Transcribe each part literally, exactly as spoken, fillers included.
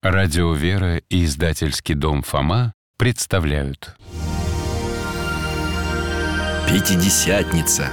Радио «Вера» и издательский дом «Фома» представляют Пятидесятница.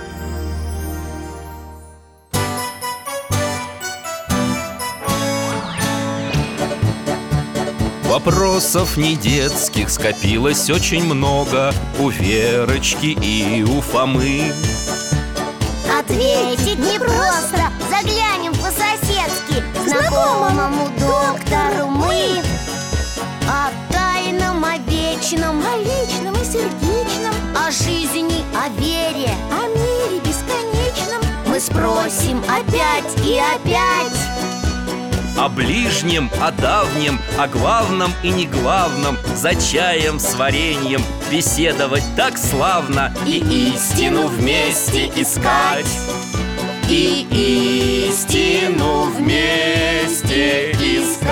Вопросов не детских скопилось очень много у Верочки и у Фомы. Ответить непросто, заглянем по-соседски знакомому доктору мы. О тайном, о вечном, о личном и сердечном, о жизни, о вере, о мире бесконечном мы спросим опять и опять. О ближнем, о давнем, о главном и неглавном, за чаем с вареньем беседовать так славно. И истину вместе искать, и истину вместе искать.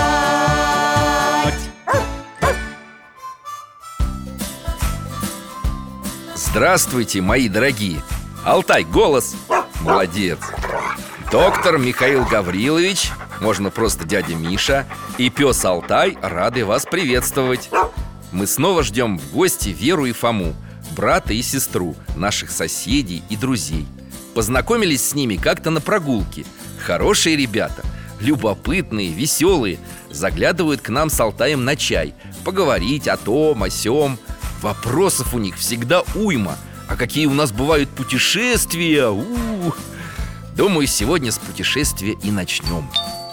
Здравствуйте, мои дорогие. Алтай, голос. Молодец. Доктор Михаил Гаврилович, можно просто дядя Миша, и пес Алтай рады вас приветствовать. Мы снова ждем в гости Веру и Фому, брата и сестру, наших соседей и друзей. Познакомились с ними как-то на прогулке. Хорошие ребята, любопытные, веселые. Заглядывают к нам с Алтаем на чай, поговорить о том, о сём. Вопросов у них всегда уйма. А какие у нас бывают путешествия! У-у-у. Думаю, сегодня с путешествия и начнем.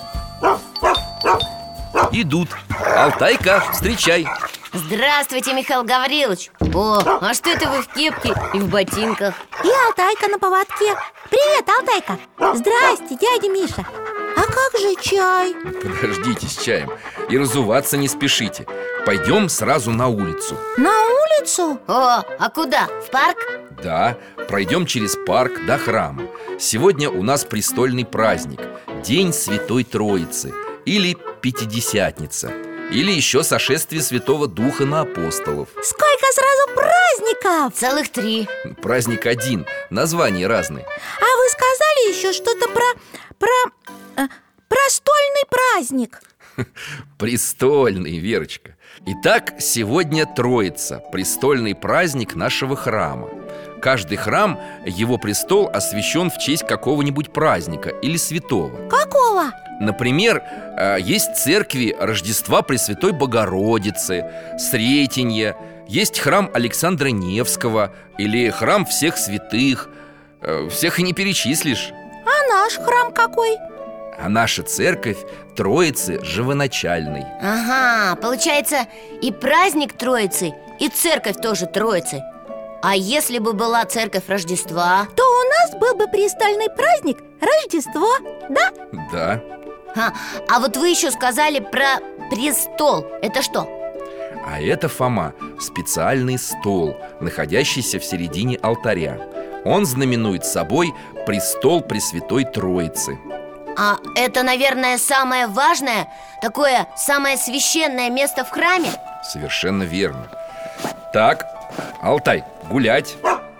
Идут. Алтайка, встречай. Здравствуйте, Михаил Гаврилович. О, а что это вы в кепке и в ботинках? И Алтайка на поводке. Привет, Алтайка. Здрасте, дядя Миша. А как же чай? Подождите с чаем и разуваться не спешите. Пойдем сразу на улицу. На улицу? О, а куда? В парк? Да, пройдем через парк до храма. Сегодня у нас престольный праздник, День Святой Троицы, или Пятидесятница, или еще сошествие Святого Духа на апостолов. Сколько сразу праздников? Целых три. Праздник один, названия разные. А вы сказали еще что-то про... про... Э, простольный праздник. Престольный, Верочка. Итак, сегодня Троица, престольный праздник нашего храма. Каждый храм, его престол освящен в честь какого-нибудь праздника или святого. Какого? Например, есть церкви Рождества Пресвятой Богородицы, Сретенья, есть храм Александра Невского или храм всех святых. Всех и не перечислишь. А наш храм какой? А наша церковь Троицы Живоначальной. Ага, получается, и праздник Троицы, и церковь тоже Троицы. А если бы была церковь Рождества? То у нас был бы престольный праздник Рождество, да? Да. А, а вот вы еще сказали про престол. Это что? А это, Фома, специальный стол, находящийся в середине алтаря. Он знаменует собой престол Пресвятой Троицы. А это, наверное, самое важное, такое самое священное место в храме? Совершенно верно. Так, Алтай, гулять.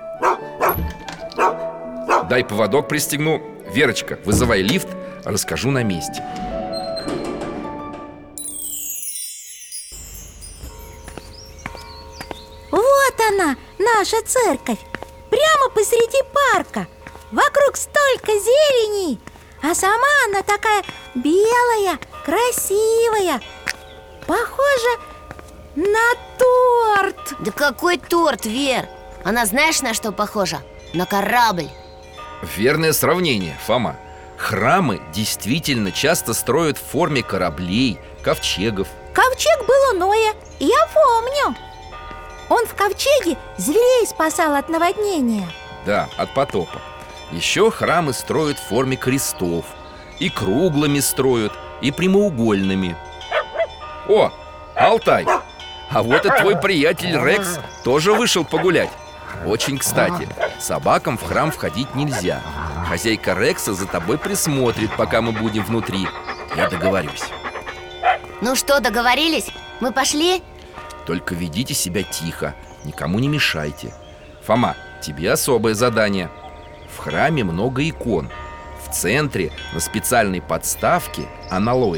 Дай поводок пристегну. Верочка, вызывай лифт, расскажу на месте. Вот она, наша церковь. Прямо посреди парка. Вокруг столько зелени. А сама она такая белая, красивая. Похожа на торт. Да какой торт, Вер? Она знаешь, на что похожа? На корабль. Верное сравнение, Фома. Храмы действительно часто строят в форме кораблей, ковчегов. Ковчег был у Ноя, я помню. Он в ковчеге зверей спасал от наводнения. Да, от потопа. Еще храмы строят в форме крестов. И круглыми строят, и прямоугольными. О, Алтай! А вот и твой приятель Рекс тоже вышел погулять. Очень кстати, собакам в храм входить нельзя. Хозяйка Рекса за тобой присмотрит, пока мы будем внутри. Я договорюсь. Ну что, договорились? Мы пошли? Только ведите себя тихо, никому не мешайте. Фома, тебе особое задание. В храме много икон. В центре на специальной подставке аналой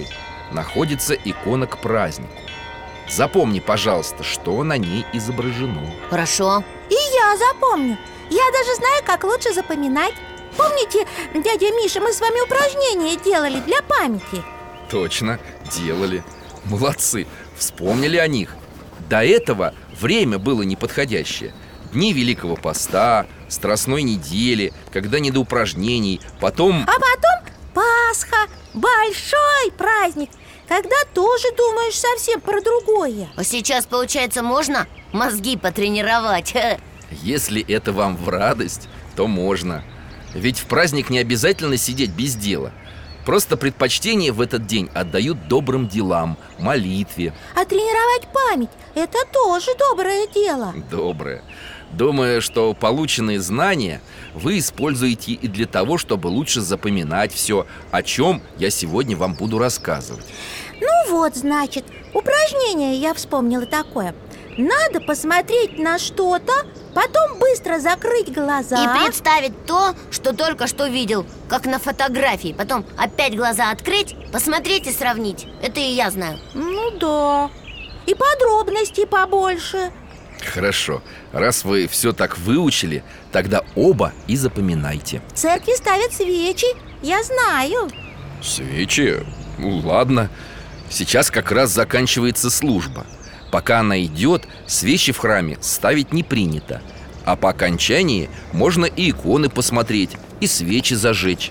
находится икона к празднику. Запомни, пожалуйста, что на ней изображено. Хорошо. И я запомню. Я даже знаю, как лучше запоминать. Помните, дядя Миша, мы с вами упражнения делали для памяти? Точно, делали. Молодцы, вспомнили о них. До этого время было неподходящее. Дни Великого Поста, Страстной недели, когда не до упражнений. Потом... А потом Пасха, большой праздник, когда тоже думаешь совсем про другое. А сейчас, получается, можно мозги потренировать? Если это вам в радость, то можно. Ведь в праздник не обязательно сидеть без дела. Просто предпочтение в этот день отдают добрым делам, молитве. А тренировать память – это тоже доброе дело. Доброе. Думаю, что полученные знания вы используете и для того, чтобы лучше запоминать все, о чем я сегодня вам буду рассказывать. Ну вот, значит, упражнение я вспомнила такое. Надо посмотреть на что-то, потом быстро закрыть глаза И представить то, что только что видел, как на фотографии. Потом опять глаза открыть, посмотреть и сравнить. Это и я знаю. Ну да. И подробностей побольше. Хорошо. Раз вы все так выучили, тогда оба и запоминайте. В церкви ставят свечи, я знаю. Свечи? Ну, ладно. Сейчас как раз заканчивается служба. Пока она идет, свечи в храме ставить не принято. А по окончании можно и иконы посмотреть, и свечи зажечь.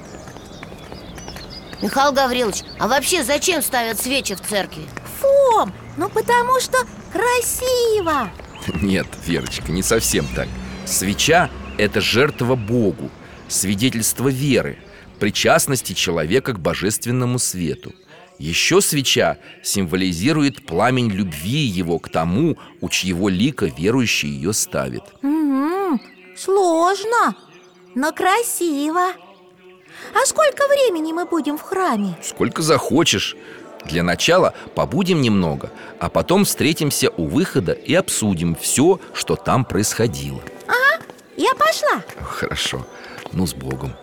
Михаил Гаврилович, а вообще зачем ставят свечи в церкви? Фом, ну потому что красиво. Нет, Верочка, не совсем так. Свеча – это жертва Богу, свидетельство веры, причастности человека к божественному свету. Еще свеча символизирует пламень любви его к тому, у чьего лика верующий ее ставит. М-м, сложно, но красиво. А сколько времени мы будем в храме? Сколько захочешь. Для начала побудем немного, а потом встретимся у выхода и обсудим все, что там происходило. Ага, я пошла. Хорошо, ну с Богом.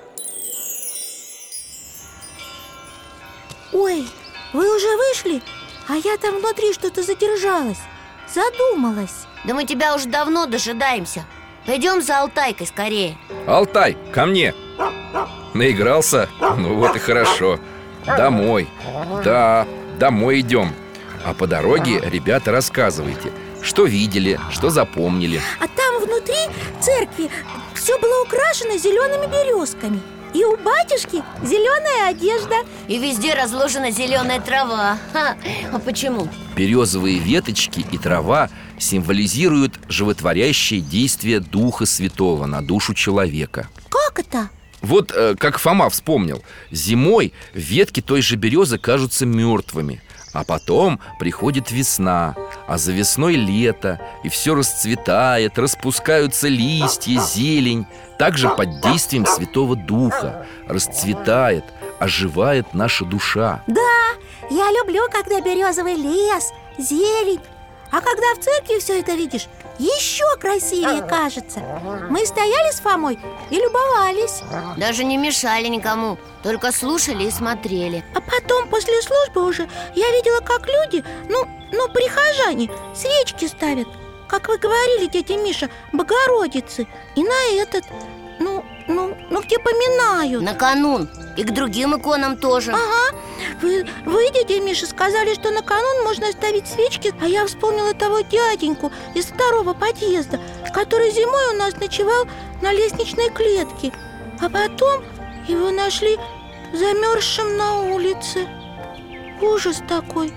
Ой, вы уже вышли? А я там внутри что-то задержалась, задумалась. Да мы тебя уже давно дожидаемся. Пойдем за Алтайкой скорее. Алтай, ко мне. Наигрался? Ну вот и хорошо. Домой. Да, домой идем. А по дороге, ребята, рассказывайте, что видели, что запомнили. А там внутри церкви все было украшено зелеными березками. И у батюшки зеленая одежда. И везде разложена зеленая трава. Ха. А почему? Березовые веточки и трава символизируют животворящее действие Духа Святого на душу человека. Как это? Вот э, как Фома вспомнил, зимой ветки той же березы кажутся мертвыми. А потом приходит весна, а за весной лето, и все расцветает, распускаются листья, зелень. Также под действием Святого Духа расцветает, оживает наша душа. Да, я люблю, когда березовый лес, зелень. А когда в церкви все это видишь, еще красивее кажется. Мы стояли с Фомой и любовались. Даже не мешали никому, только слушали и смотрели. А потом, после службы уже, я видела, как люди, ну, ну, прихожане, свечки ставят. Как вы говорили, дядя Миша, Богородицы. И на этот, ну, ну, ну, где поминают. На канун. И к другим иконам тоже. Ага. Вы, вы, дядя Миша, сказали, что на канун можно ставить свечки. А я вспомнила того дяденьку из второго подъезда, который зимой у нас ночевал на лестничной клетке. А потом его нашли замерзшим на улице. Ужас такой.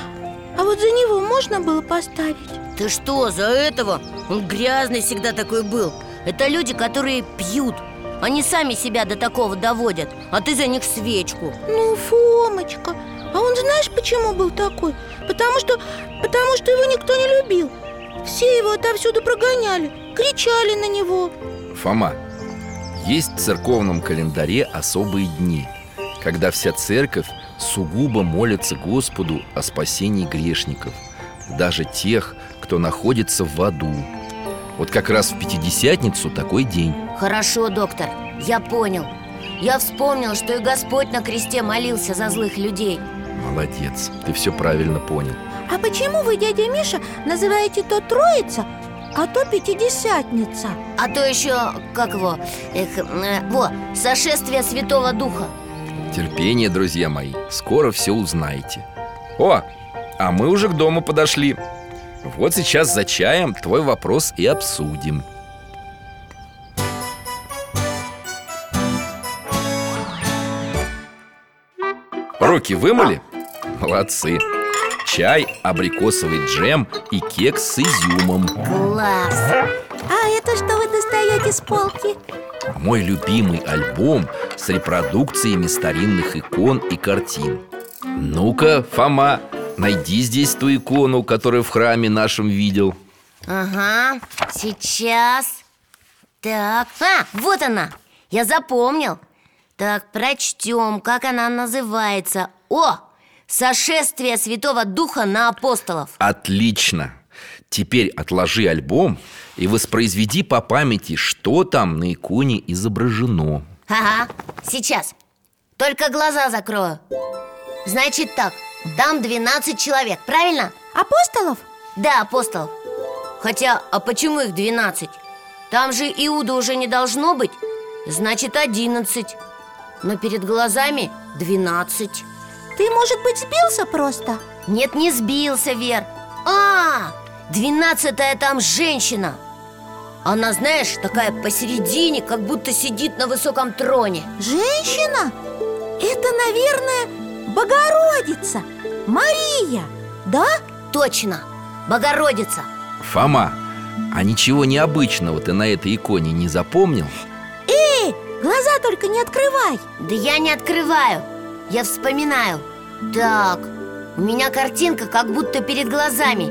А вот за него можно было поставить? Ты что, за этого? Он грязный всегда такой был. Это люди, которые пьют. Они сами себя до такого доводят. А ты за них свечку. Ну, Фомочка, а он знаешь, почему был такой? Потому что, потому что его никто не любил. Все его отовсюду прогоняли, кричали на него. Фома, есть в церковном календаре особые дни, когда вся церковь сугубо молится Господу о спасении грешников, даже тех, кто находится в аду. Вот как раз в Пятидесятницу такой день. Хорошо, доктор, я понял. Я вспомнил, что и Господь на кресте молился за злых людей. Молодец, ты все правильно понял. А почему вы, дядя Миша, называете то Троица, а то Пятидесятница? А то еще, как его, эх, э, во, сошествие Святого Духа. Терпение, друзья мои, скоро все узнаете. О, а мы уже к дому подошли. Вот сейчас за чаем твой вопрос и обсудим. Руки вымыли? Молодцы. Чай, абрикосовый джем и кекс с изюмом. Класс! А это что вы достаете с полки? Мой любимый альбом с репродукциями старинных икон и картин. Ну-ка, Фома, найди здесь ту икону, которую в храме нашем видел. Ага, сейчас. Так, а, вот она, я запомнил. Так, прочтем, как она называется. О, сошествие Святого Духа на апостолов. Отлично. Теперь отложи альбом и воспроизведи по памяти, что там на иконе изображено. Ага, сейчас. Только глаза закрою. Значит так, там двенадцать человек, правильно? Апостолов? Да, апостолов. Хотя, а почему их двенадцать? Там же Иуда уже не должно быть. Значит, одиннадцать. Но перед глазами двенадцать. Ты, может быть, сбился просто? Нет, не сбился, Вер. А, двенадцатая там женщина. Она, знаешь, такая посередине, как будто сидит на высоком троне. Женщина? Это, наверное, Богородица, Мария, да? Точно, Богородица. Фома, а ничего необычного ты на этой иконе не запомнил? Эй, глаза только не открывай. Да я не открываю, я вспоминаю. Так, у меня картинка как будто перед глазами,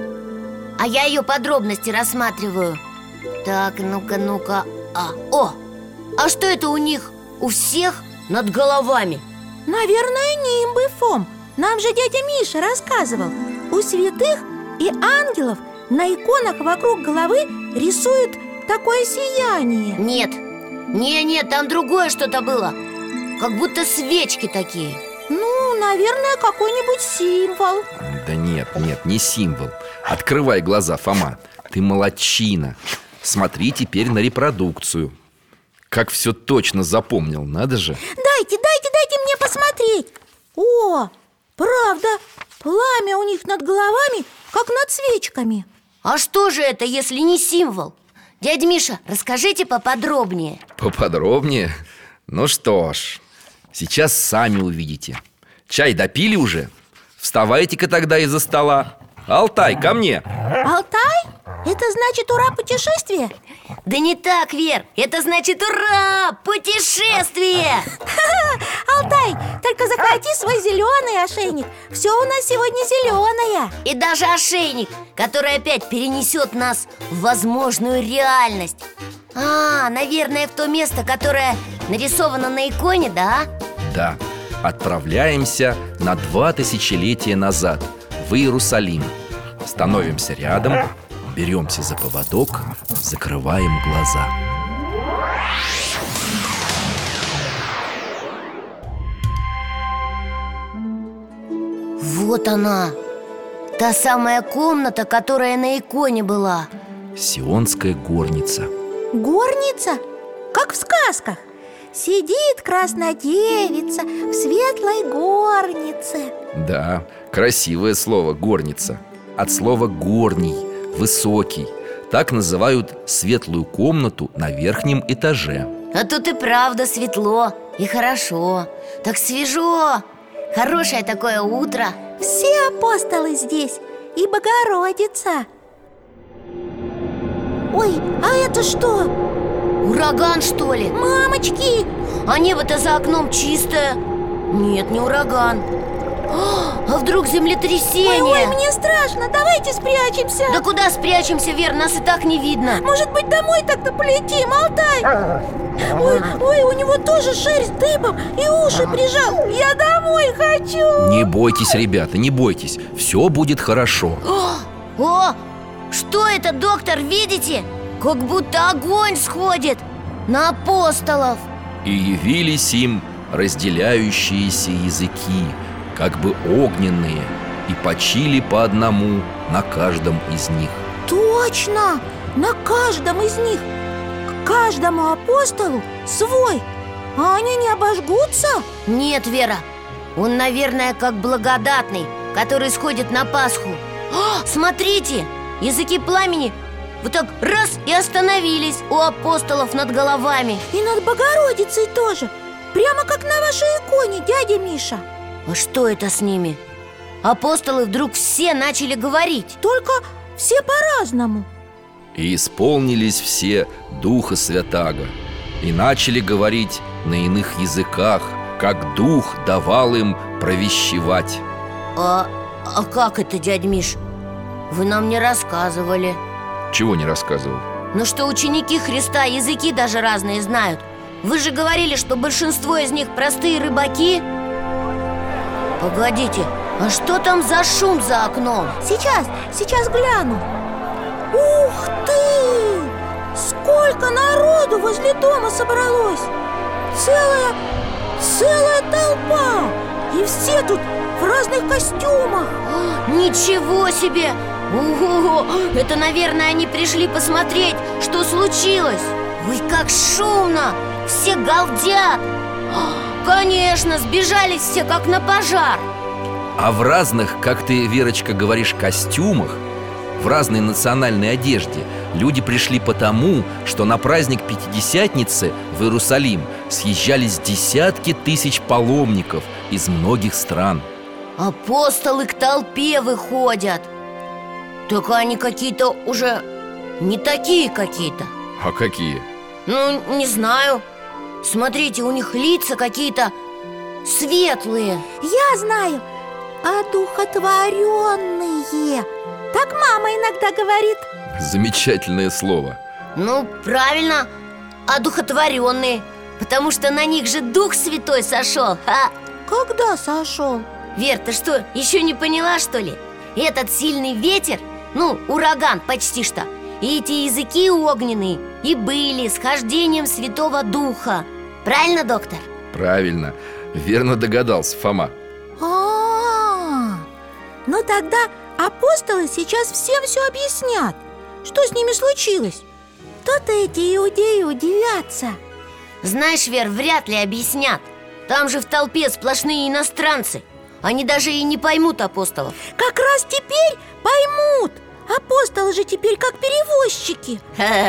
а я ее подробности рассматриваю. Так, ну-ка, ну-ка. А, о, а что это у них у всех над головами? Наверное, нимбы, Фом. Нам же дядя Миша рассказывал. У святых и ангелов на иконах вокруг головы рисуют такое сияние. Нет, не-нет, там другое что-то было. Как будто свечки такие. Ну, наверное, какой-нибудь символ. Да нет, нет, не символ. Открывай глаза, Фома. Ты молодчина. Смотри теперь на репродукцию. Как все точно запомнил, надо же. Дайте, дайте, дайте мне посмотреть. О, правда, пламя у них над головами, как над свечками. А что же это, если не символ? Дядя Миша, расскажите поподробнее. Поподробнее? Ну что ж, сейчас сами увидите. Чай допили уже? Вставайте-ка тогда из-за стола. Алтай, ко мне. Алтай? Это значит ура, путешествие? Да не так, Вер, это значит ура, путешествие. Алтай, только захвати свой зеленый ошейник. Все у нас сегодня зеленое. И даже ошейник, который опять перенесет нас в возможную реальность. А, наверное, в то место, которое нарисовано на иконе, да? Да, отправляемся на два тысячелетия назад в Иерусалим. Становимся рядом, беремся за поводок, закрываем глаза. Вот она, та самая комната, которая на иконе была. Сионская горница. Горница? Как в сказках. Сидит краснодевица в светлой горнице. Да, красивое слово «горница». От слова «горний», «высокий». Так называют светлую комнату на верхнем этаже. А тут и правда светло и хорошо. Так свежо. Хорошее такое утро. Все апостолы здесь и Богородица. Ой, а это что? Ураган, что ли? Мамочки! А небо-то за окном чистое. Нет, не ураган. А вдруг землетрясение? Ой, ой, мне страшно, давайте спрячемся. Да куда спрячемся, Вер, нас и так не видно. Может быть, домой тогда полетим, Алтай? Ой, ой, у него тоже шерсть дыбом и уши прижал. Я домой хочу. Не бойтесь, ребята, не бойтесь. Все будет хорошо. О, о, что это, доктор, видите? Как будто огонь сходит на апостолов. И явились им разделяющиеся языки, как бы огненные, и почили по одному на каждом из них. Точно! На каждом из них, к каждому апостолу свой. А они не обожгутся? Нет, Вера, он, наверное, как благодатный, который сходит на Пасху. О, смотрите, языки пламени вот так раз и остановились у апостолов над головами. И над Богородицей тоже. Прямо как на вашей иконе, дядя Миша. А что это с ними? Апостолы вдруг все начали говорить. Только все по-разному. И исполнились все Духа Святаго, и начали говорить на иных языках, как Дух давал им провещевать. А, а как это, дядя Миш? Вы нам не рассказывали. Чего не рассказывал? Ну что ученики Христа языки даже разные знают. Вы же говорили, что большинство из них простые рыбаки. Погодите, а что там за шум за окном? Сейчас, сейчас гляну. Ух ты! Сколько народу возле дома собралось! Целая, целая толпа! И все тут в разных костюмах. Ничего себе! Ого! Это, наверное, они пришли посмотреть, что случилось. Ой, как шумно! Все галдят! Конечно, сбежались все, как на пожар. А в разных, как ты, Верочка, говоришь, костюмах, в разной национальной одежде люди пришли потому, что на праздник Пятидесятницы в Иерусалим съезжались десятки тысяч паломников из многих стран. Апостолы к толпе выходят. Только они какие-то уже не такие какие-то. А какие? Ну, не знаю. Смотрите, у них лица какие-то светлые. Я знаю, одухотворенные. Так мама иногда говорит. Замечательное слово. Ну, правильно, одухотворенные. Потому что на них же Дух Святой сошел. А? Когда сошел? Вер, ты что, еще не поняла, что ли? Этот сильный ветер, ну, ураган почти что, и эти языки огненные и были схождением Святого Духа. Правильно, доктор? Правильно, верно догадался, Фома. А-а-а. Ну тогда апостолы сейчас всем все объяснят. Что с ними случилось? То-то эти иудеи удивятся. Знаешь, Вер, вряд ли объяснят. Там же в толпе сплошные иностранцы. Они даже и не поймут апостолов. Как раз теперь поймут. Апостолы же теперь как перевозчики.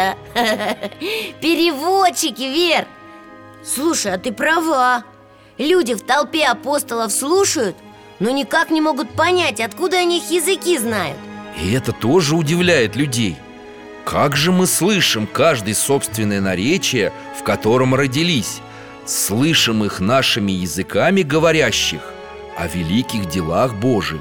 Переводчики, Вер. Слушай, а ты права. Люди в толпе апостолов слушают, но никак не могут понять, откуда они их языки знают. И это тоже удивляет людей. Как же мы слышим каждый собственное наречие, в котором родились? Слышим их нашими языками говорящих о великих делах Божьих.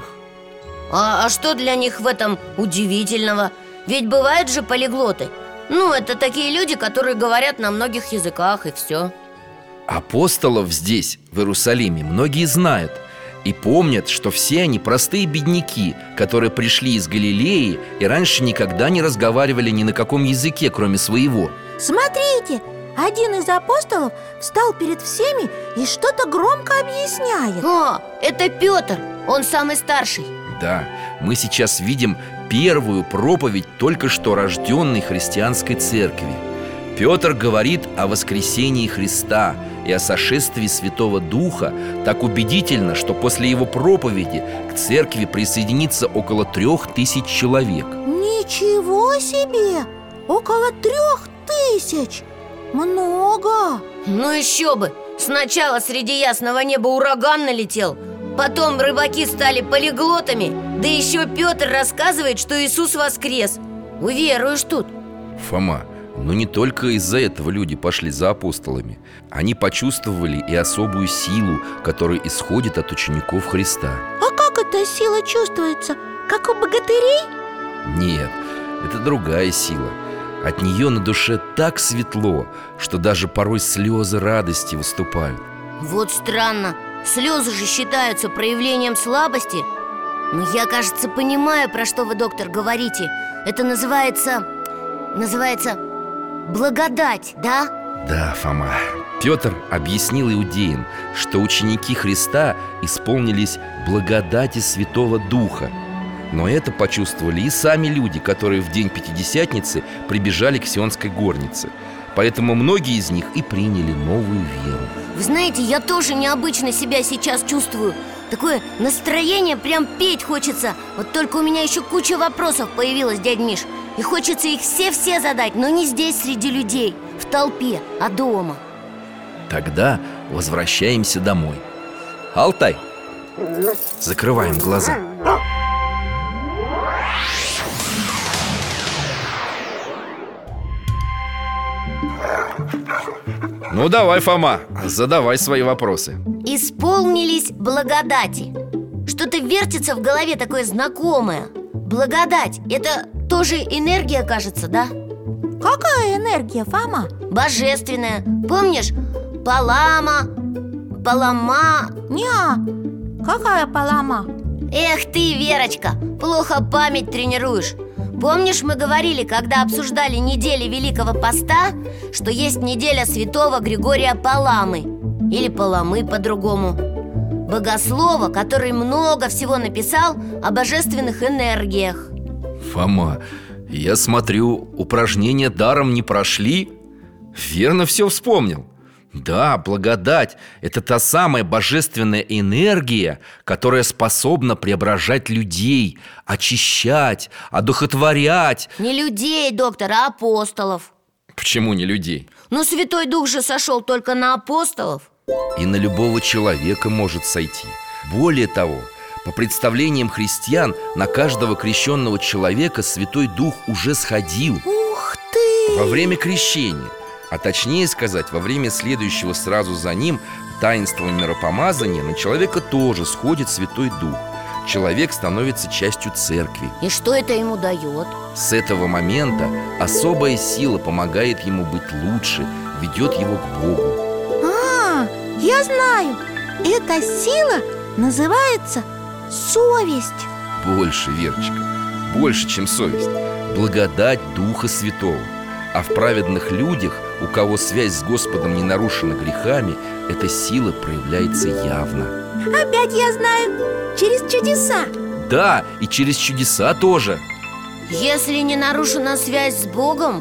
А, а что для них в этом удивительного? Ведь бывают же полиглоты. Ну, это такие люди, которые говорят на многих языках, и все. Апостолов здесь, в Иерусалиме, многие знают и помнят, что все они простые бедняки, которые пришли из Галилеи и раньше никогда не разговаривали ни на каком языке, кроме своего. Смотрите, один из апостолов встал перед всеми и что-то громко объясняет. О, это Петр, он самый старший. Да, мы сейчас видим первую проповедь только что рожденной христианской церкви. Петр говорит о воскресении Христа и о сошествии Святого Духа так убедительно, что после его проповеди к церкви присоединится около трех тысяч человек. Ничего себе! Около трех тысяч! Много! Ну еще бы! Сначала среди ясного неба ураган налетел, потом рыбаки стали полиглотами, да еще Петр рассказывает, что Иисус воскрес. Уверуешь тут? Фома, но не только из-за этого люди пошли за апостолами. Они почувствовали и особую силу, которая исходит от учеников Христа. А как эта сила чувствуется? Как у богатырей? Нет, это другая сила. От нее на душе так светло, что даже порой слезы радости выступают. Вот странно, слезы же считаются проявлением слабости. Но я, кажется, понимаю, про что вы, доктор, говорите. Это называется... Называется... благодать, да? Да, Фома, Петр объяснил иудеям, что ученики Христа исполнились благодати Святого Духа. Но это почувствовали и сами люди, которые в день Пятидесятницы прибежали к Сионской горнице. Поэтому многие из них и приняли новую веру. Вы знаете, я тоже необычно себя сейчас чувствую. Такое настроение, прям петь хочется. Вот только у меня еще куча вопросов появилась, дядь Миш. И хочется их все-все задать, но не здесь, среди людей, в толпе, а дома. Тогда возвращаемся домой. Алтай, закрываем глаза. Ну давай, Фома, задавай свои вопросы. Исполнились благодати. Что-то вертится в голове такое знакомое. Благодать – это тоже энергия, кажется, да? Какая энергия, Фома? Божественная. Помнишь? Палама, Палама. Неа, какая Палама? Эх ты, Верочка, плохо память тренируешь. Помнишь, мы говорили, когда обсуждали недели Великого Поста, что есть неделя святого Григория Паламы, или Паламы по-другому, богослова, который много всего написал о божественных энергиях. Фома, я смотрю, упражнения даром не прошли. Верно все вспомнил. Да, благодать – это та самая божественная энергия, которая способна преображать людей, очищать, одухотворять. Не людей, доктор, а апостолов. Почему не людей? Ну, Святой Дух же сошел только на апостолов. И на любого человека может сойти. Более того, по представлениям христиан, на каждого крещенного человека Святой Дух уже сходил. Ух ты! Во время крещения. А точнее сказать, во время следующего сразу за ним таинства миропомазания на человека тоже сходит Святой Дух. Человек становится частью церкви. И что это ему дает? С этого момента особая сила помогает ему быть лучше, ведет его к Богу. А, я знаю, эта сила называется совесть. Больше, Верочка, больше, чем совесть. Благодать Духа Святого. А в праведных людях, у кого связь с Господом не нарушена грехами, эта сила проявляется явно. Опять я знаю, через чудеса. Да, и через чудеса тоже. Если не нарушена связь с Богом?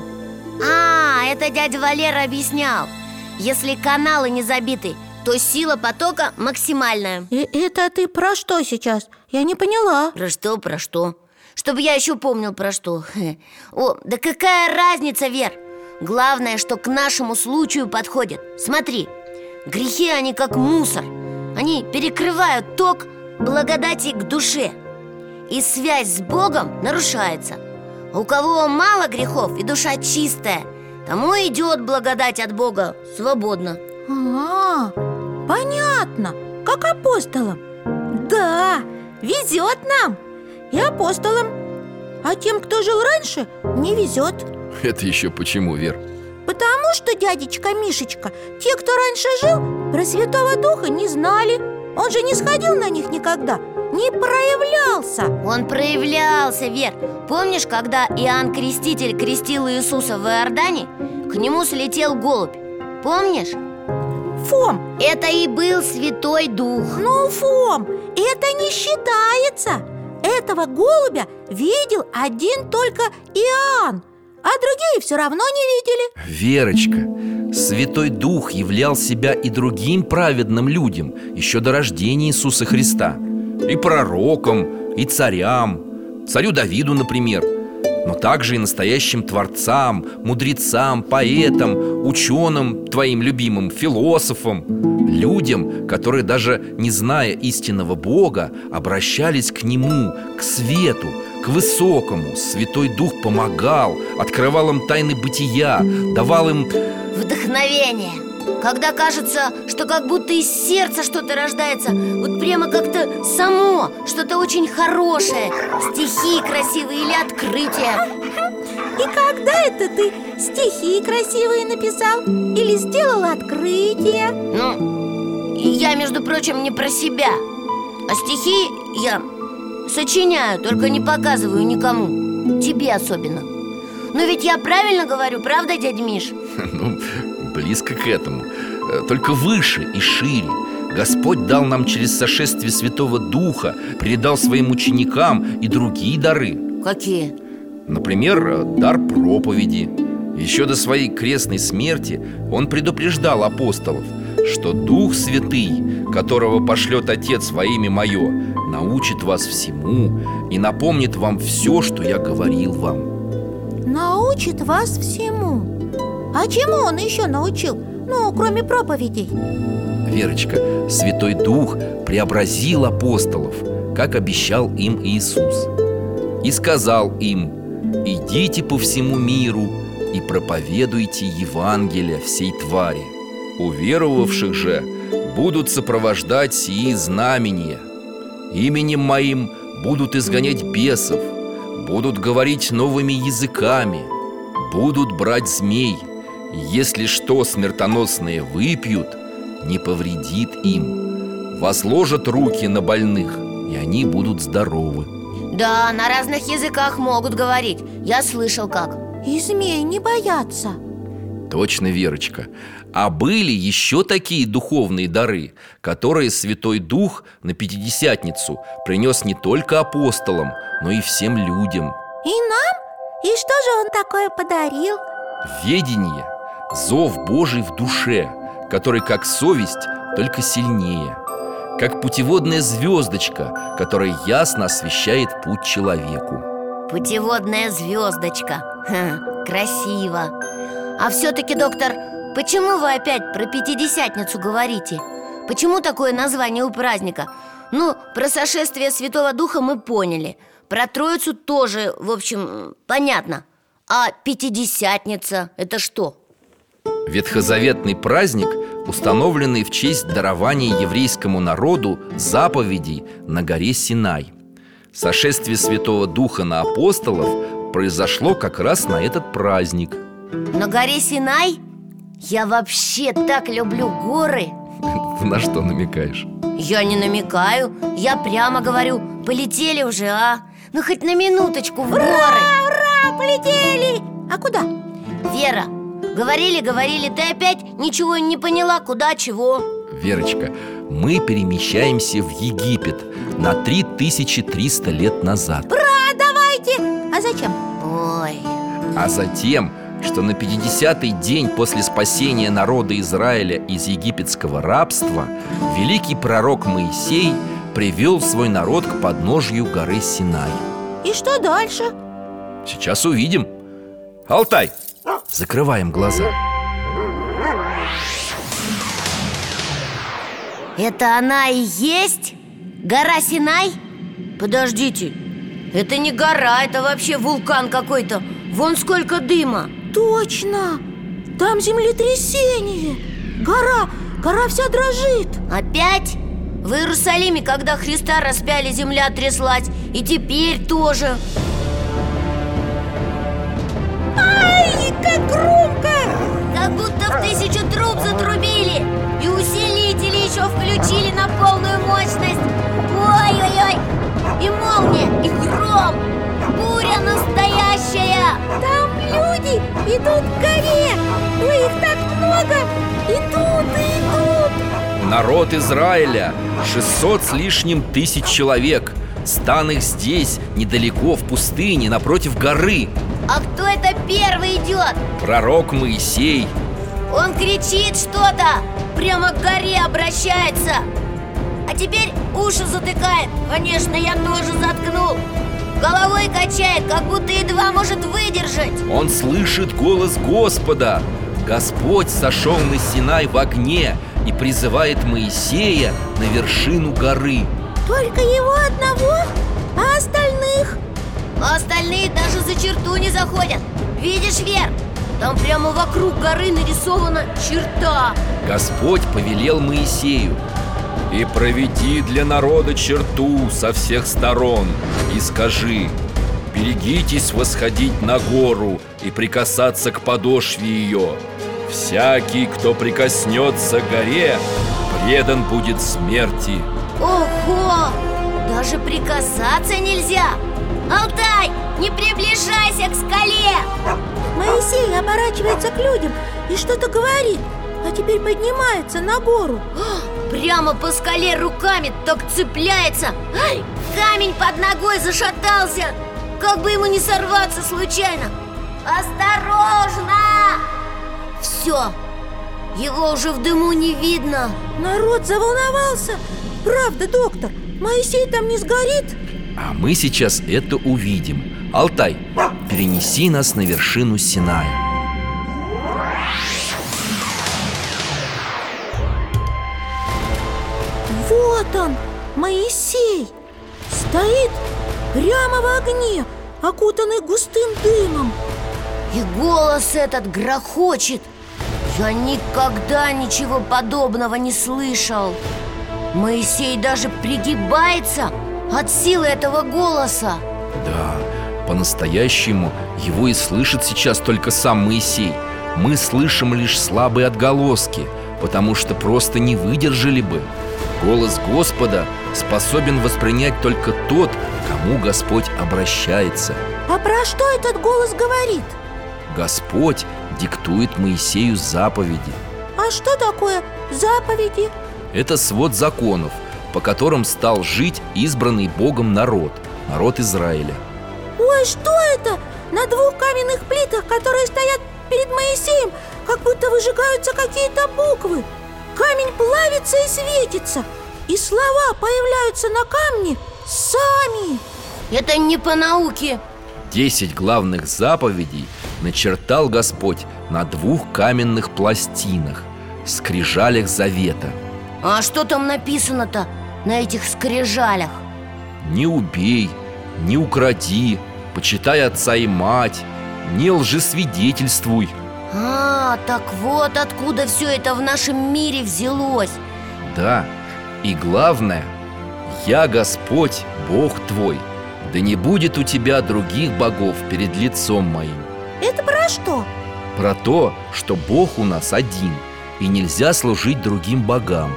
А, это дядя Валера объяснял. Если каналы не забиты, то сила потока максимальная. И это ты про что сейчас? Я не поняла. Про что, про что? Чтобы я еще помнил про что. О, да какая разница, Вер? Главное, что к нашему случаю подходит. Смотри, грехи, они как мусор. Они перекрывают ток благодати к душе. И связь с Богом нарушается. А у кого мало грехов и душа чистая, тому идет благодать от Бога свободно. А, понятно, как апостолам. Да, везет нам и апостолам. А тем, кто жил раньше, не везет. Это еще почему, Вер? Потому что, дядечка Мишечка, те, кто раньше жил, про Святого Духа не знали. Он же не сходил на них никогда, не проявлялся. Он проявлялся, Вер. Помнишь, когда Иоанн Креститель крестил Иисуса в Иордане? К нему слетел голубь. Помнишь? Фом, это и был Святой Дух. Ну, Фом, это не считается. Этого голубя видел один только Иоанн, а другие все равно не видели. Верочка, Святой Дух являл себя и другим праведным людям еще до рождения Иисуса Христа. И пророкам, и царям, царю Давиду, например. Но также и настоящим творцам, мудрецам, поэтам, ученым, твоим любимым, философам, людям, которые, даже не зная истинного Бога, обращались к Нему, к свету, к высокому. Святой Дух помогал, открывал им тайны бытия, давал им вдохновение. Когда кажется, что как будто из сердца что-то рождается, вот прямо как-то само, что-то очень хорошее, стихи красивые или открытия. И когда это ты стихи красивые написал? Или сделал открытие? Ну, я, между прочим, не про себя. А стихи я сочиняю, только не показываю никому. Тебе особенно. Но ведь я правильно говорю, правда, дядя Миш? Ну, близко к этому, только выше и шире. Господь дал нам через сошествие Святого Духа, передал своим ученикам и другие дары. Какие? Например, дар проповеди. Еще до своей крестной смерти Он предупреждал апостолов, что Дух Святый, которого пошлет Отец во имя Мое, научит вас всему и напомнит вам все, что я говорил вам. Научит вас всему? А чему Он еще научил? Ну, кроме проповедей. Верочка, Святой Дух преобразил апостолов, как обещал им Иисус, и сказал им: идите по всему миру и проповедуйте Евангелие всей твари. Уверовавших же будут сопровождать сии знамения: именем Моим будут изгонять бесов, будут говорить новыми языками, будут брать змей. Если что смертоносное выпьют, не повредит им. Возложат руки на больных, и они будут здоровы. Да, на разных языках могут говорить. Я слышал как. И змей не боятся. Точно, Верочка. А были еще такие духовные дары, которые Святой Дух на Пятидесятницу принес не только апостолам, но и всем людям. И нам? И что же Он такое подарил? Ведение, зов Божий в душе, который как совесть, только сильнее, как путеводная звездочка, которая ясно освещает путь человеку. Путеводная звездочка. Ха, красиво. А все-таки, доктор, почему вы опять про Пятидесятницу говорите? Почему такое название у праздника? Ну, про сошествие Святого Духа мы поняли. Про Троицу тоже, в общем, понятно. А Пятидесятница – это что? Ветхозаветный праздник, установленный в честь дарования еврейскому народу заповедей на горе Синай. Сошествие Святого Духа на апостолов произошло как раз на этот праздник. На горе Синай? Я вообще так люблю горы. Ты на что намекаешь? Я не намекаю, я прямо говорю: полетели уже, а? Ну хоть на минуточку в горы. Ура, полетели! А куда? Вера, говорили, говорили, ты опять ничего не поняла, куда, чего. Верочка, мы перемещаемся в Египет на три тысячи триста лет назад. Ура, давайте! А зачем? Ой. А затем, что на пятидесятый день после спасения народа Израиля из египетского рабства великий пророк Моисей привел свой народ к подножью горы Синай. И что дальше? Сейчас увидим. Алтай, закрываем глаза. Это она и есть? Гора Синай? Подождите, это не гора, это вообще вулкан какой-то. Вон сколько дыма. Точно! Там землетрясение. Гора, гора вся дрожит. Опять? В Иерусалиме, когда Христа распяли, земля тряслась. И теперь тоже. Ай, как громко! Как будто в тысячу труб затрубили. И усилители еще включили на полную мощность. Ой-ой-ой. И молния, и гром. Буря настоящая. Там люди идут к горе. Ой, их так много. Идут, идут. Народ Израиля, шестьсот с лишним тысяч человек. Стан их здесь, недалеко, в пустыне, напротив горы. А кто это первый идет? Пророк Моисей. Он кричит что-то, прямо к горе обращается. А теперь уши затыкает. Конечно, я тоже заткнул. Головой качает, как будто едва может выдержать. Он слышит голос Господа. Господь сошел на Синай в огне и призывает Моисея на вершину горы. Только его одного? А остальных? А остальные даже за черту не заходят. Видишь, Вер? Там прямо вокруг горы нарисована черта. Господь повелел Моисею: «И проведи для народа черту со всех сторон, и скажи: берегитесь восходить на гору и прикасаться к подошве ее. Всякий, кто прикоснется к горе, предан будет смерти». Ого! Даже прикасаться нельзя. Алтай, Не приближайся к скале! Моисей оборачивается к людям и что-то говорит, а теперь поднимается на гору. Прямо по скале руками так цепляется. Ай, камень под ногой зашатался. Как бы ему не сорваться случайно. Осторожно! Все, его уже в дыму не видно. Народ заволновался. Правда, доктор, Моисей там не сгорит? А мы сейчас это увидим. Алтай, перенеси нас на вершину Синая. Вот он, Моисей, стоит прямо в огне, окутанный густым дымом. И голос этот грохочет. Я никогда ничего подобного не слышал. Моисей даже пригибается от силы этого голоса. Да, по-настоящему его и слышит сейчас только сам Моисей. Мы слышим лишь слабые отголоски, потому что просто не выдержали бы. Голос Господа способен воспринять только тот, к кому Господь обращается. А про что этот голос говорит? Господь диктует Моисею заповеди. А что такое заповеди? Это свод законов, по которым стал жить избранный Богом народ, народ Израиля. Ой, что это? На двух каменных плитах, которые стоят перед Моисеем, как будто выжигаются какие-то буквы. Камень плавится и светится, и слова появляются на камне сами. Это не по науке. Десять главных заповедей начертал Господь на двух каменных пластинах, скрижалях завета. А что там написано-то на этих скрижалях? Не убей, не укради, почитай отца и мать, не лжесвидетельствуй. А, так вот откуда все это в нашем мире взялось. Да, и главное, я Господь, Бог твой. Да не будет у тебя других богов перед лицом моим. Это про что? Про то, что Бог у нас один, и нельзя служить другим богам.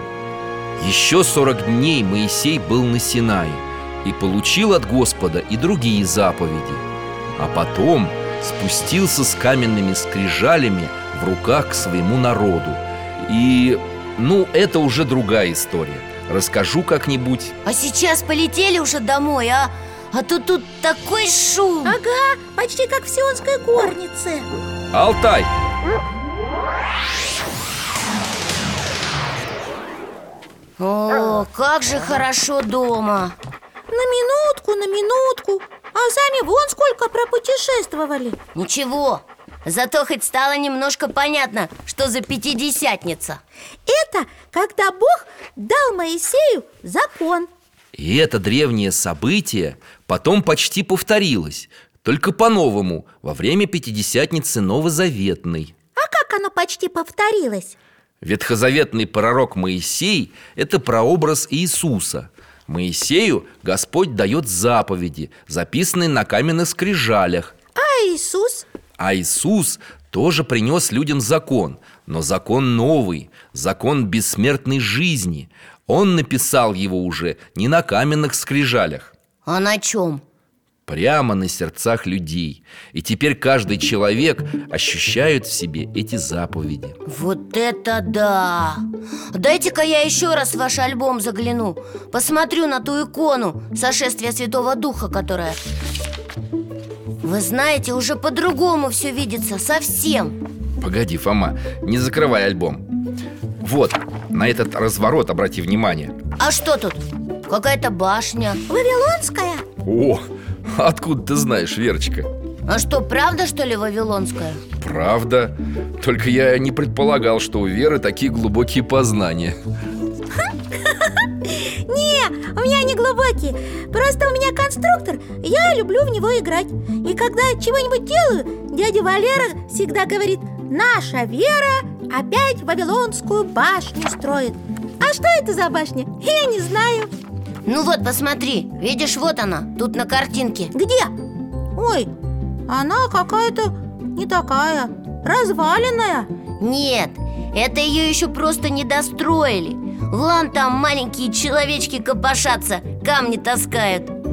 Еще сорок дней Моисей был на Синае и получил от Господа и другие заповеди. А потом спустился с каменными скрижалями в руках к своему народу. И, ну, это уже другая история. Расскажу как-нибудь. А сейчас полетели уже домой, а? А то тут такой шум. Ага, почти как в сионской горнице. Алтай! О, как же хорошо дома. На минутку, на минутку. А сами вон сколько пропутешествовали. Ничего, зато хоть стало немножко понятно, что за пятидесятница. Это когда Бог дал Моисею закон. И это древнее событие потом почти повторилось, только по-новому, во время Пятидесятницы Новозаветной. А как оно почти повторилось? Ветхозаветный пророк Моисей – это прообраз Иисуса. Моисею Господь дает заповеди, записанные на каменных скрижалях. А Иисус? А Иисус тоже принес людям закон, но закон новый, закон бессмертной жизни. Он написал его уже не на каменных скрижалях, А на чем? прямо на сердцах людей. И теперь каждый человек ощущает в себе эти заповеди. Вот это да! Дайте-ка я еще раз в ваш альбом загляну. Посмотрю на ту икону сошествия Святого Духа, которая... Вы знаете, уже по-другому все видится, совсем. Погоди, Фома, не закрывай альбом. Вот, на этот разворот обрати внимание. А что тут? Какая-то башня. Вавилонская? О, откуда ты знаешь, Верочка? А что, правда, что ли, вавилонская? Правда. Только я не предполагал, что у Веры такие глубокие познания. Не, у меня не глубокие. Просто у меня конструктор, я люблю в него играть. И когда чего-нибудь делаю, дядя Валера всегда говорит: наша Вера опять Вавилонскую башню строит. А что это за башня? Я не знаю. Ну вот, посмотри, видишь, вот она, тут на картинке. Где? Ой, она какая-то не такая, разваленная. Нет, это ее еще просто не достроили. Вон там маленькие человечки копошатся, камни таскают.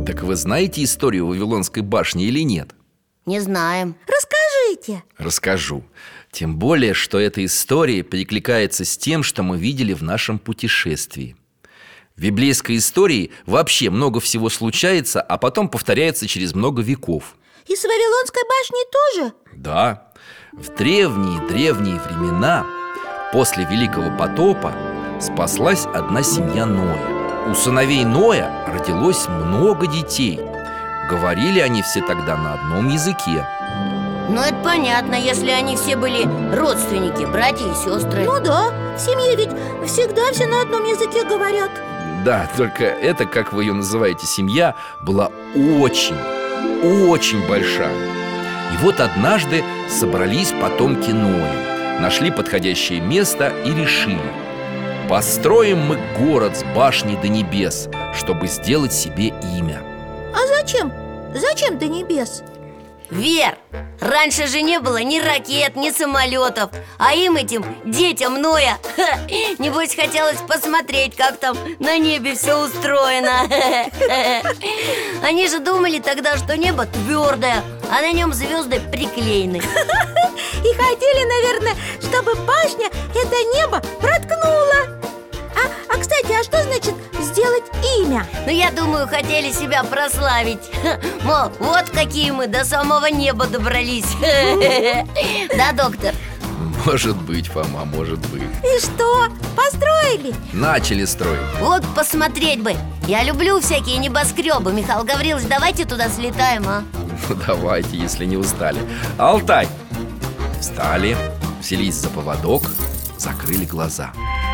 Так вы знаете историю Вавилонской башни или нет? Не знаем. Расскажите. Расскажу. Тем более, что эта история перекликается с тем, что мы видели в нашем путешествии. В библейской истории вообще много всего случается, а потом повторяется через много веков. И с Вавилонской башней тоже? Да. В древние-древние времена, после Великого потопа, спаслась одна семья Ноя. У сыновей Ноя родилось много детей. Говорили они все тогда на одном языке. Ну, это понятно, если они все были родственники, братья и сестры. Ну да, в семье ведь всегда все на одном языке говорят. Да, только эта, как вы ее называете, семья была очень, очень большая. И вот однажды собрались потомки Ноя, нашли подходящее место и решили: построим мы город с башней до небес, чтобы сделать себе имя. А зачем? Зачем до небес? Вер, раньше же не было ни ракет, ни самолетов. А им, этим детям Ноя, ха, небось хотелось посмотреть, как там на небе все устроено. Они же думали тогда, что небо твердое, а на нем звезды приклеены. И хотели, наверное, чтобы башня это небо проткнула. А, а кстати, а что значит сделать имя? Ну, я думаю, хотели себя прославить. Мол, вот какие мы до самого неба добрались. Да, доктор? Может быть, Фома, может быть. И что, построили? Начали строить. Вот посмотреть бы. Я люблю всякие небоскребы. Михаил Гаврилович, давайте туда слетаем, а? Ну, давайте, если не устали. Алтай! Встали, взялись за поводок, закрыли глаза.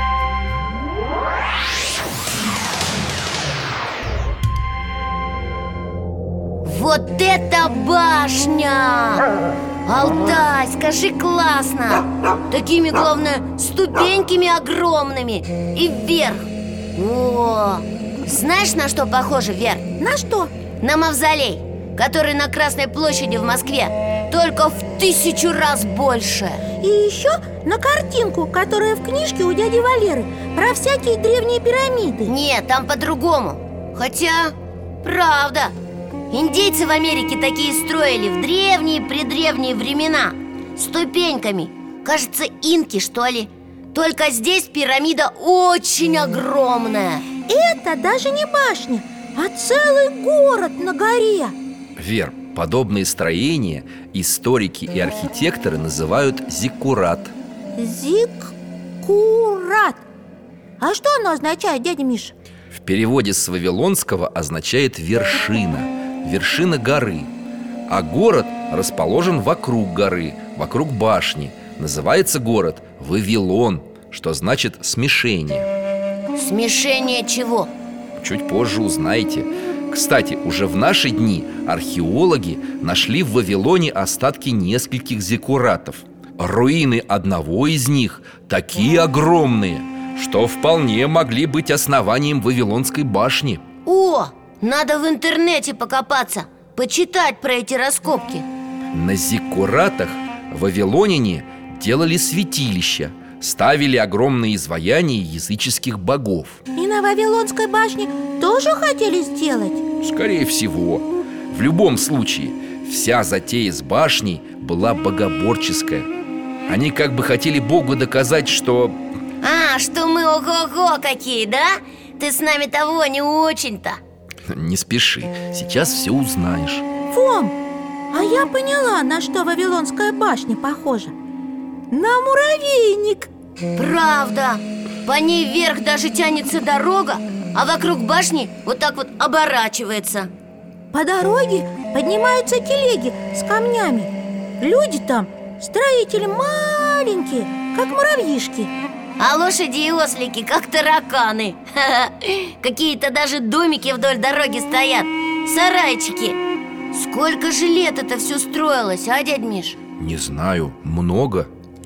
Вот это башня! Алтай, скажи, классно! Такими, главное, ступеньками огромными и вверх. О, знаешь, на что похоже, Вер? На что? На мавзолей, который на Красной площади в Москве, только в тысячу раз больше. И еще на картинку, которая в книжке у дяди Валеры, про всякие древние пирамиды. Нет, там по-другому. Хотя, правда, индейцы в Америке такие строили в древние-предревние времена, ступеньками. Кажется, инки, что ли. Только здесь пирамида очень огромная. Это даже не башня, а целый город на горе. Вер, подобные строения историки и архитекторы называют зиккурат. Зиккурат. А что оно означает, дядя Миша? В переводе с вавилонского означает вершина, вершина горы. А город расположен вокруг горы, вокруг башни. Называется город Вавилон, что значит смешение. Смешение чего? Чуть позже узнаете. Кстати, уже в наши дни археологи нашли в Вавилоне остатки нескольких зиккуратов. Руины одного из них такие огромные, что вполне могли быть основанием Вавилонской башни. О, надо в интернете покопаться, почитать про эти раскопки. На зиккуратах вавилоняне делали святилища, ставили огромные изваяния языческих богов. И на Вавилонской башне тоже хотели сделать? Скорее всего. В любом случае, вся затея с башней была богоборческая. Они как бы хотели Богу доказать, что... А, что мы ого-го какие, да? Ты с нами того не очень-то. Не спеши, сейчас все узнаешь. Фом, а я поняла, на что Вавилонская башня похожа. На муравейник. Правда. По ней вверх даже тянется дорога, а вокруг башни вот так вот оборачивается. По дороге поднимаются телеги с камнями. Люди там, строители маленькие, как муравьишки. А лошади и ослики, как тараканы. Какие-то даже домики вдоль дороги стоят, сарайчики. Сколько же лет это все строилось, а, дядь Миш? Не знаю, много.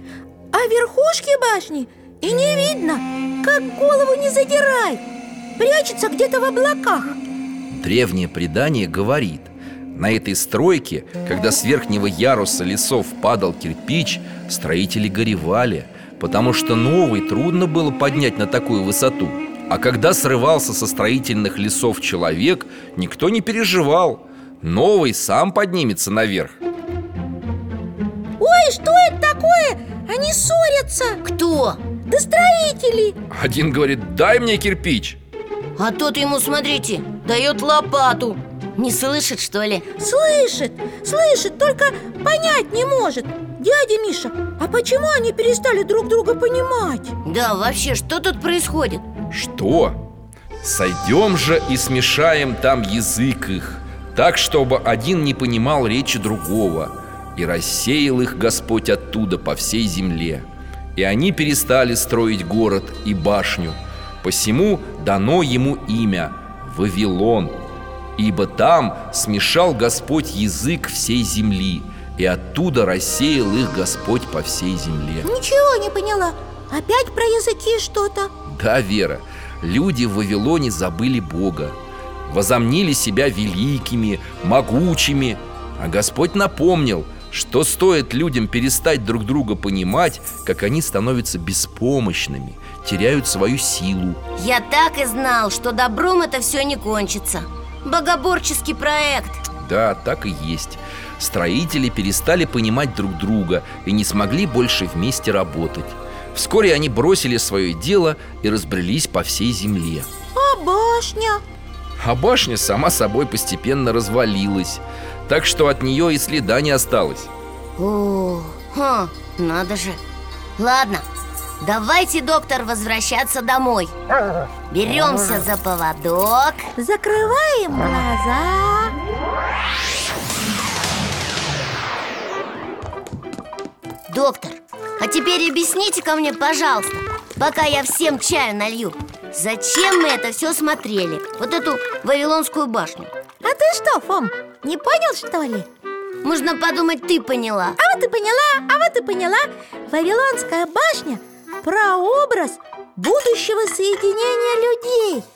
А верхушки башни и не видно, как голову не задирай. Прячется где-то в облаках. Древнее предание говорит: на этой стройке, когда с верхнего яруса лесов падал кирпич, строители горевали, потому что новый трудно было поднять на такую высоту. А когда срывался со строительных лесов человек, никто не переживал. Новый сам поднимется наверх. Ой, что это такое? Они ссорятся. Кто? Да строители. Один говорит: дай мне кирпич. А тот ему, смотрите, дает лопату. Не слышит, что ли? Слышит, слышит, только понять не может. Дядя Миша, а почему они перестали друг друга понимать? Да, вообще, что тут происходит? Что? Сойдем же и смешаем там язык их, так, чтобы один не понимал речи другого. И рассеял их Господь оттуда по всей земле. И они перестали строить город и башню. Посему дано ему имя Вавилон, ибо там смешал Господь язык всей земли, и оттуда рассеял их Господь по всей земле. Ничего не поняла. Опять про языки что-то? Да, Вера, люди в Вавилоне забыли Бога, возомнили себя великими, могучими. А Господь напомнил, что стоит людям перестать друг друга понимать, как они становятся беспомощными, теряют свою силу. Я так и знал, что добром это все не кончится. Богоборческий проект. Да, так и есть. Строители перестали понимать друг друга и не смогли больше вместе работать. Вскоре они бросили свое дело и разбрелись по всей земле. А башня? А башня сама собой постепенно развалилась, так что от нее и следа не осталось. О, ха, надо же. Ладно, давайте, доктор, возвращаться домой. Беремся за поводок. Закрываем глаза. Доктор, а теперь объясните-ка мне, пожалуйста, пока я всем чаю налью, зачем мы это все смотрели? Вот эту Вавилонскую башню. А ты что, Фом, не понял, что ли? Можно подумать, ты поняла. А вот и поняла, а вот и поняла. Вавилонская башня – прообраз будущего соединения людей.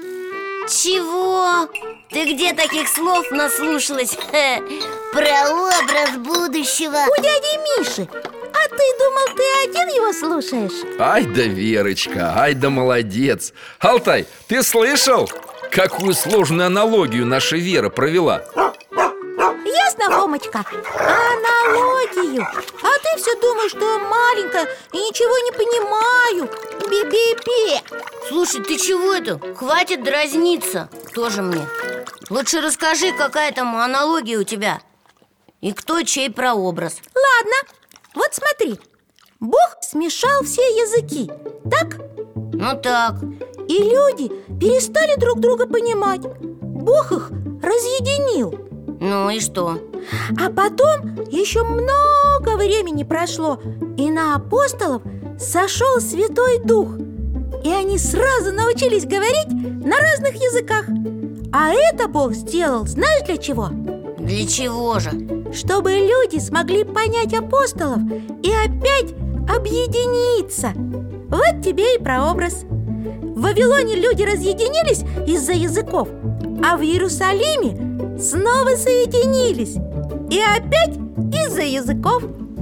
Чего? Ты где таких слов наслушалась? Хе, прообраз будущего. У дяди Миши. А ты думал, ты один его слушаешь? Ай да Верочка, ай да молодец. Алтай, ты слышал, какую сложную аналогию наша Вера провела? Ясно, Фомочка? Аналогию. А ты все думаешь, что я маленькая и ничего не понимаю. Би-би-би. Слушай, ты чего это? Хватит дразниться. Тоже мне. Лучше расскажи, какая там аналогия у тебя. И кто чей прообраз. Ладно, вот смотри. Бог смешал все языки, так? Ну так. И люди перестали друг друга понимать. Бог их разъединил. Ну и что? А потом еще много времени прошло, и на апостолов сошел Святой Дух. И они сразу научились говорить на разных языках. А это Бог сделал, знаешь, для чего? Для чего же? Чтобы люди смогли понять апостолов и опять объединиться. Вот тебе и прообраз. В Вавилоне люди разъединились из-за языков, а в Иерусалиме снова соединились. И опять из-за языков.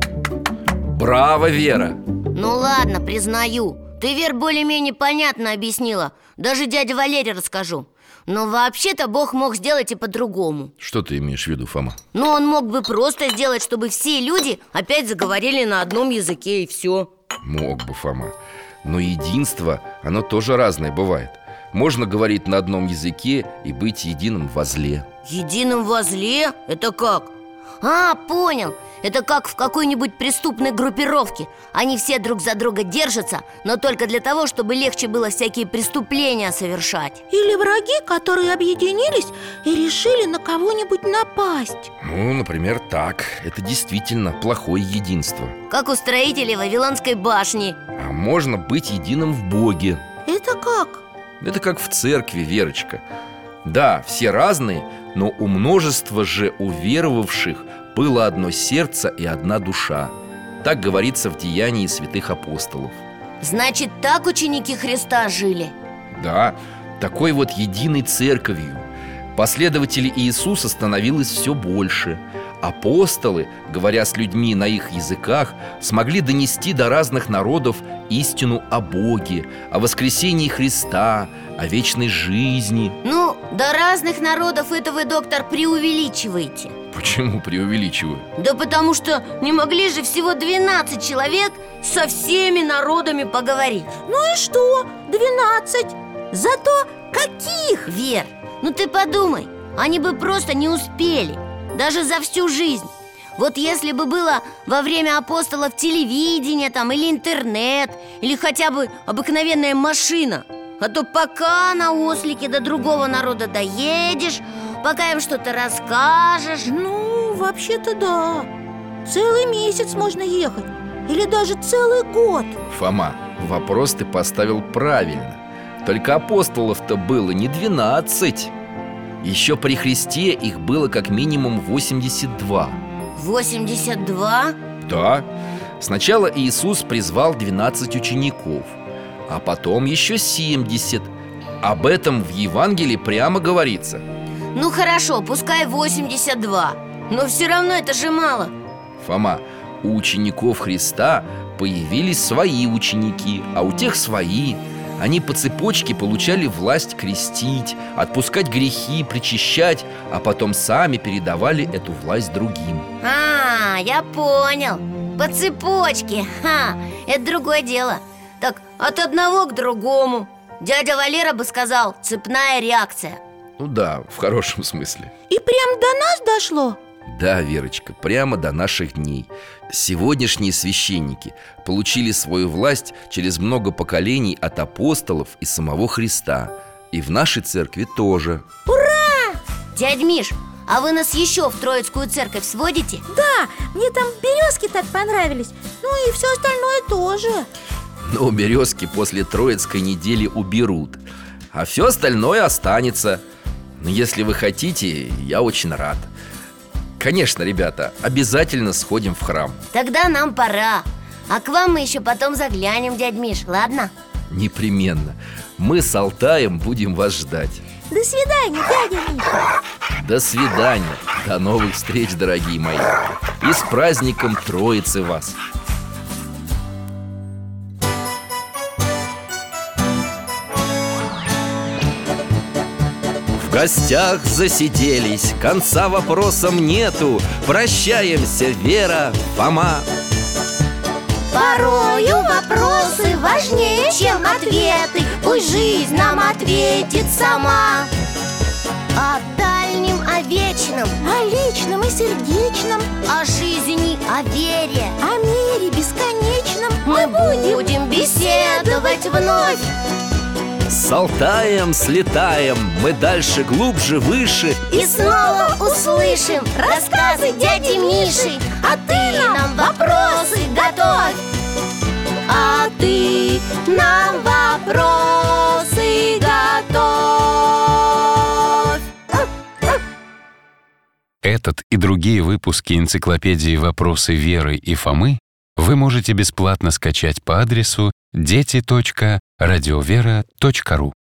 Браво, Вера! Ну ладно, признаю. Ты, Вер, более-менее понятно объяснила. Даже дяде Валере расскажу. Но вообще-то Бог мог сделать и по-другому. Что ты имеешь в виду, Фома? Ну, он мог бы просто сделать, чтобы все люди опять заговорили на одном языке, и все. Мог бы, Фома. Но единство, оно тоже разное бывает. Можно говорить на одном языке и быть единым во зле. Единым во зле? Это как? А, понял. Это как в какой-нибудь преступной группировке. Они все друг за друга держатся, но только для того, чтобы легче было всякие преступления совершать. Или враги, которые объединились и решили на кого-нибудь напасть. Ну, например, так. Это действительно плохое единство. Как у строителей Вавилонской башни. А можно быть единым в Боге. Это как? Это как в церкви, Верочка. Да, все разные, но у множества же уверовавших было одно сердце и одна душа. Так говорится в Деянии святых апостолов. Значит, так ученики Христа жили? Да, такой вот единой церковью. Последователей Иисуса становилось все больше. Апостолы, говоря с людьми на их языках, смогли донести до разных народов истину о Боге, о воскресении Христа, о вечной жизни. Ну, до разных народов это вы, доктор, преувеличиваете. Почему преувеличиваю? Да потому что не могли же всего двенадцать человек со всеми народами поговорить. Ну и что? Двенадцать. Зато каких? Вер, ну ты подумай, они бы просто не успели, даже за всю жизнь. Вот если бы было во время апостолов телевидение там, или интернет, или хотя бы обыкновенная машина. А то пока на ослике до другого народа доедешь, пока им что-то расскажешь. Ну, вообще-то да. Целый месяц можно ехать. Или даже целый год. Фома, вопрос ты поставил правильно. Только апостолов-то было не двенадцать. Еще при Христе их было как минимум восемьдесят два. восемьдесят два? Да. Сначала Иисус призвал двенадцать учеников, а потом еще семьдесят. Об этом в Евангелии прямо говорится. Ну хорошо, пускай восемьдесят два, но все равно это же мало. Фома, у учеников Христа появились свои ученики, а у тех свои. Они по цепочке получали власть крестить, отпускать грехи, причащать, а потом сами передавали эту власть другим. А, я понял. По цепочке. Ха, это другое дело. Так, от одного к другому. Дядя Валера бы сказал, цепная реакция. Ну да, в хорошем смысле. И прям до нас дошло? Да, Верочка, прямо до наших дней. Сегодняшние священники получили свою власть через много поколений от апостолов и самого Христа. И в нашей церкви тоже. Ура! Дядь Миш, а вы нас еще в Троицкую церковь сводите? Да, мне там березки так понравились. Ну и все остальное тоже. Но березки после Троицкой недели уберут, а все остальное останется. Но если вы хотите, я очень рад. Конечно, ребята, обязательно сходим в храм. Тогда нам пора. А к вам мы еще потом заглянем, дядь Миш, ладно? Непременно. Мы с Алтаем будем вас ждать. До свидания, дядя Миша. До свидания. До новых встреч, дорогие мои. И с праздником Троицы вас. В гостях засиделись, конца вопросам нету. Прощаемся, Вера, Фома. Порою вопросы важнее, чем ответы. Пусть жизнь нам ответит сама. О дальнем, о вечном, О личном и сердечном, о жизни, о вере о мире бесконечном мы будем беседовать вновь. С Алтаем слетаем, мы дальше, глубже, выше. И снова услышим рассказы дяди Миши. А ты нам вопросы готовь. А ты нам вопросы готовь. Этот и другие выпуски энциклопедии «Вопросы Веры и Фомы» вы можете бесплатно скачать по адресу дети точка радиовера точка ру.